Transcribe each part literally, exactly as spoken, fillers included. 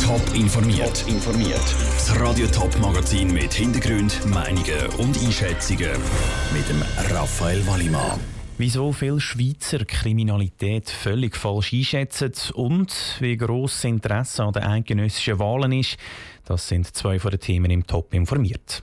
Top informiert. Top informiert. Das Radio Top Magazin mit Hintergrund, Meinungen und Einschätzungen mit dem Raphael Wallimann. Wieso viele Schweizer Kriminalität völlig falsch einschätzen und wie gross das Interesse an den eidgenössischen Wahlen ist, das sind zwei von den Themen im Top informiert.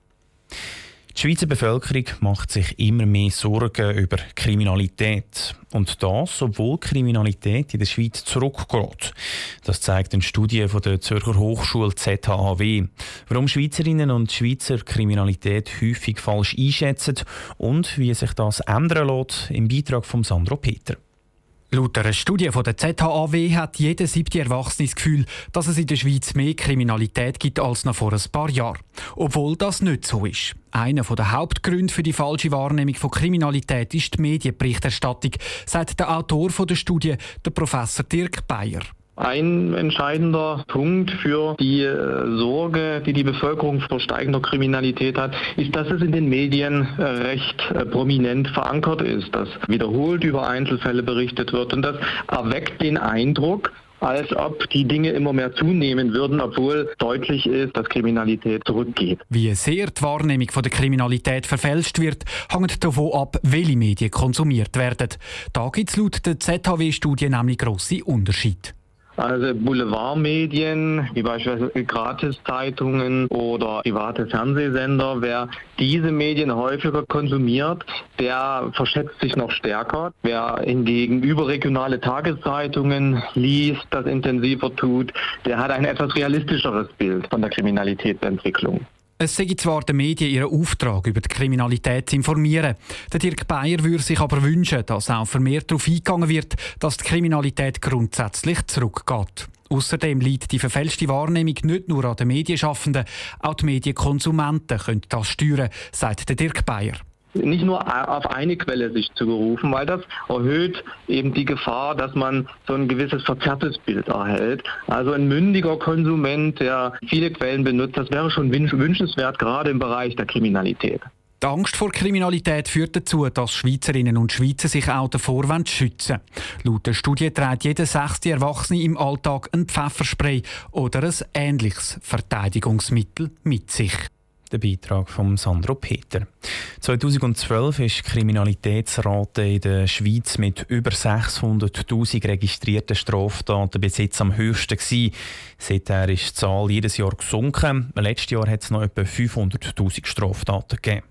Die Schweizer Bevölkerung macht sich immer mehr Sorgen über Kriminalität. Und das, obwohl Kriminalität in der Schweiz zurückgeht. Das zeigt eine Studie von der Zürcher Hochschule Z H A W. Warum Schweizerinnen und Schweizer Kriminalität häufig falsch einschätzen und wie sich das ändern lässt, im Beitrag von Sandro Peter. Laut einer Studie von der Z H A W hat jeder siebte Erwachsene das Gefühl, dass es in der Schweiz mehr Kriminalität gibt als noch vor ein paar Jahren. Obwohl das nicht so ist. Einer der Hauptgründe für die falsche Wahrnehmung von Kriminalität ist die Medienberichterstattung, sagt der Autor der Studie, der Professor Dirk Beyer. Ein entscheidender Punkt für die Sorge, die die Bevölkerung vor steigender Kriminalität hat, ist, dass es in den Medien recht prominent verankert ist, dass wiederholt über Einzelfälle berichtet wird und das erweckt den Eindruck, als ob die Dinge immer mehr zunehmen würden, obwohl deutlich ist, dass Kriminalität zurückgeht. Wie sehr die Wahrnehmung von der Kriminalität verfälscht wird, hängt davon ab, welche Medien konsumiert werden. Da gibt es laut der Z H W-Studie nämlich grosse Unterschiede. Also Boulevardmedien, wie beispielsweise Gratiszeitungen oder private Fernsehsender, wer diese Medien häufiger konsumiert, der verschätzt sich noch stärker. Wer hingegen überregionale Tageszeitungen liest, das intensiver tut, der hat ein etwas realistischeres Bild von der Kriminalitätsentwicklung. Es sei zwar den Medien ihren Auftrag, über die Kriminalität zu informieren. Der Dirk Beyer würde sich aber wünschen, dass auch vermehrt darauf eingegangen wird, dass die Kriminalität grundsätzlich zurückgeht. Außerdem liegt die verfälschte Wahrnehmung nicht nur an den Medienschaffenden, auch die Medienkonsumenten können das steuern, sagt der Dirk Beyer. Nicht nur auf eine Quelle sich zu berufen, weil das erhöht eben die Gefahr, dass man so ein gewisses verzerrtes Bild erhält. Also ein mündiger Konsument, der viele Quellen benutzt, das wäre schon wünschenswert, gerade im Bereich der Kriminalität. Die Angst vor Kriminalität führt dazu, dass Schweizerinnen und Schweizer sich auch davor schützen wollen. Laut der Studie trägt jeder sechste Erwachsene im Alltag ein Pfefferspray oder ein ähnliches Verteidigungsmittel mit sich. Der Beitrag von Sandro Peter. zweitausendzwölf war die Kriminalitätsrate in der Schweiz mit über sechshunderttausend registrierten Straftaten bis jetzt am höchsten gewesen. Seither ist die Zahl jedes Jahr gesunken. Letztes Jahr hat es noch etwa fünfhunderttausend Straftaten gegeben.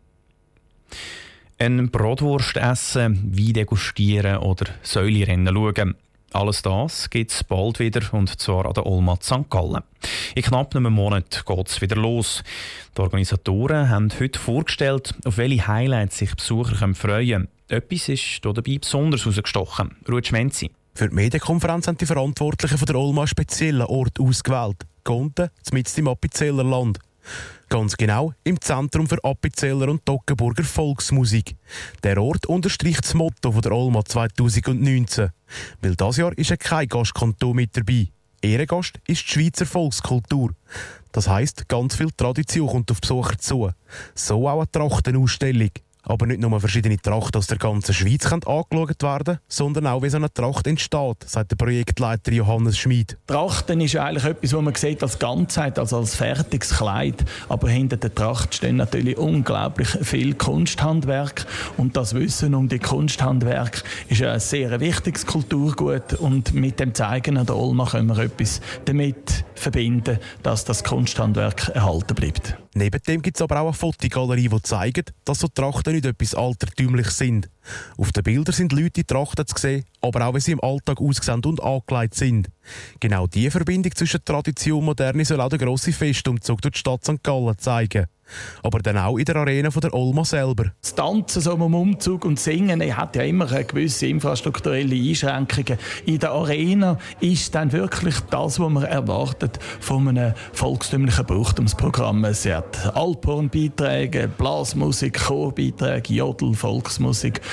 Ein Bratwurst essen, Wein degustieren oder Säulerennen schauen. Alles das gibt es bald wieder, und zwar an der Olma Sankt Gallen. In knapp einem Monat geht es wieder los. Die Organisatoren haben heute vorgestellt, auf welche Highlights sich Besucher freuen können. Etwas ist dabei besonders herausgestochen. Ruud Schmenzi. Für die Medienkonferenz haben die Verantwortlichen von der Olma einen speziellen Ort ausgewählt. Gonten, mitten im Appenzeller Land. Ganz genau im Zentrum für Appenzeller und Toggenburger Volksmusik. Der Ort unterstreicht das Motto von der Olma zwanzig neunzehn. Weil dieses Jahr ist ja kein Gastkanton mit dabei. Ehrengast ist die Schweizer Volkskultur. Das heisst, ganz viel Tradition kommt auf die Besucher zu. So auch eine Trachtenausstellung. Aber nicht nur verschiedene Trachten aus der ganzen Schweiz können angeschaut werden, sondern auch, wie so eine Tracht entsteht, sagt der Projektleiter Johannes Schmid. Trachten ist eigentlich etwas, was man sieht als Ganzheit, also als fertiges Kleid. Aber hinter der Tracht stehen natürlich unglaublich viel Kunsthandwerk. Und das Wissen um die Kunsthandwerk ist ein sehr wichtiges Kulturgut. Und mit dem Zeigen an der Olma können wir etwas damit verbinden, dass das Kunsthandwerk erhalten bleibt. Neben dem gibt es aber auch eine Fotogalerie, die zeigt, dass so Trachten nicht etwas Altertümliches sind. Auf den Bildern sind Leute in Trachten zu sehen, aber auch wie sie im Alltag aussehen und angelegt sind. Genau diese Verbindung zwischen Tradition und Moderne soll auch der grosse Festumzug durch die Stadt Sankt Gallen zeigen. Aber dann auch in der Arena von der Olma selber. Das Tanzen so im Umzug und Singen hat ja immer eine gewisse infrastrukturelle Einschränkungen. In der Arena ist dann wirklich das, was man erwartet von einem volkstümlichen Brauchtumsprogramm. Es hat Alphornbeiträge, Blasmusik, Chorbeiträge, Jodel, Volksmusik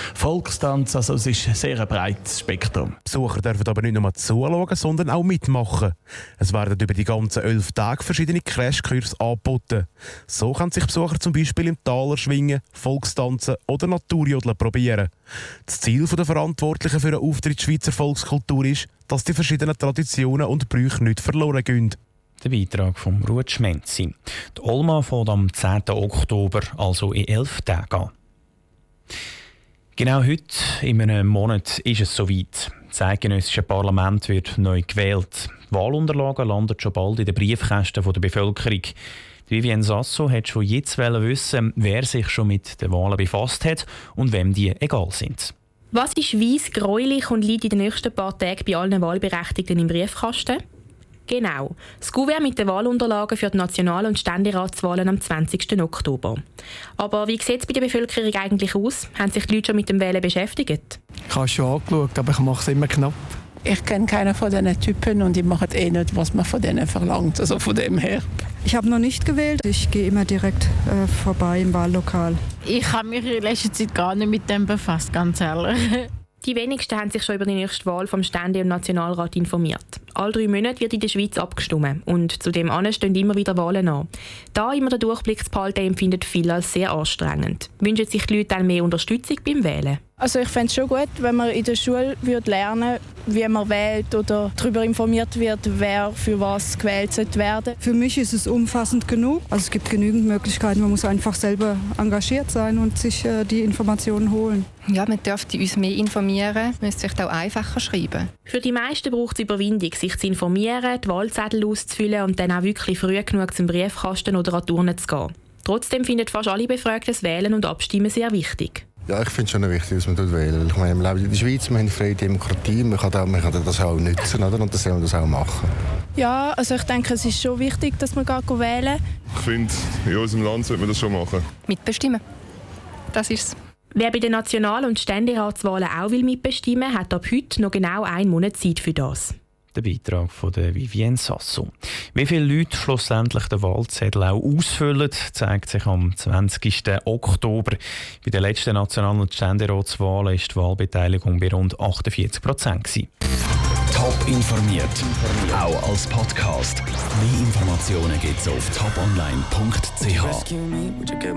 Volkstanz. Also es ist ein sehr breites Spektrum. Besucher dürfen aber nicht nur zuschauen, sondern auch mitmachen. Es werden über die ganzen elf Tage verschiedene Crashkurse angeboten. So können sich Besucher zum Beispiel im Taler schwingen, Volkstanzen oder Naturjodeln probieren. Das Ziel der Verantwortlichen für den Auftritt Schweizer Volkskultur ist, dass die verschiedenen Traditionen und Brüche nicht verloren gehen. Der Beitrag von Ruth Schmenzi. Die Olma fängt am zehnten Oktober, also in elf Tagen an. Genau heute, in einem Monat, ist es soweit. Das eidgenössische Parlament wird neu gewählt. Die Wahlunterlagen landen schon bald in den Briefkästen der Bevölkerung. Vivienne Sasso hat schon jetzt wissen, wer sich schon mit den Wahlen befasst hat und wem die egal sind. Was ist weiss, gräulich und liegt in den nächsten paar Tagen bei allen Wahlberechtigten im Briefkasten? Genau, das Kuvert mit den Wahlunterlagen für die National- und Ständeratswahlen am zwanzigsten Oktober. Aber wie sieht es bei der Bevölkerung eigentlich aus? Haben sich die Leute schon mit dem Wählen beschäftigt? Ich habe es schon angeschaut, aber ich mache es immer knapp. Ich kenne keinen von diesen Typen und ich mache eh nicht, was man von denen verlangt. Also von dem her. Ich habe noch nicht gewählt. Ich gehe immer direkt äh, vorbei im Wahllokal. Ich habe mich in letzter Zeit gar nicht mit dem befasst, ganz ehrlich. Die wenigsten haben sich schon über die nächste Wahl vom Stände- und Nationalrat informiert. Alle drei Monate wird in der Schweiz abgestimmt und zudem stehen immer wieder Wahlen an. Da immer den Durchblick zu behalten, empfindet viele als sehr anstrengend. Wünschen sich die Leute dann mehr Unterstützung beim Wählen? Also ich fände es schon gut, wenn man in der Schule würde lernen, wie man wählt oder darüber informiert wird, wer für was gewählt sollte werden. Für mich ist es umfassend genug. Also es gibt genügend Möglichkeiten. Man muss einfach selber engagiert sein und sich äh, die Informationen holen. Ja, man dürfte uns mehr informieren, man müsste sich auch einfacher schreiben. Für die meisten braucht es Überwindung, sich zu informieren, die Wahlzettel auszufüllen und dann auch wirklich früh genug zum Briefkasten oder an die Urne zu gehen. Trotzdem finden fast alle Befragten das Wählen und Abstimmen sehr wichtig. Ja, ich finde es schon wichtig, dass man wählt. Ich meine, wir leben in der Schweiz, wir haben freie Demokratie, man kann, da, man kann das auch nutzen, oder? Und das soll man das auch machen. Ja, also ich denke, es ist schon wichtig, dass man wählen. Ich finde, in unserem Land sollte man das schon machen. Mitbestimmen. Das ist es. Wer bei den National- und Ständeratswahlen auch will mitbestimmen, hat ab heute noch genau einen Monat Zeit für das. Der Beitrag von der Vivienne Sasso. Wie viele Leute schlussendlich den Wahlzettel auch ausfüllen, zeigt sich am zwanzigsten Oktober. Bei den letzten National- und Ständeratswahlen war die Wahlbeteiligung bei rund achtundvierzig Prozent. Top informiert, auch als Podcast. Mehr Informationen gibt es auf top online punkt c h.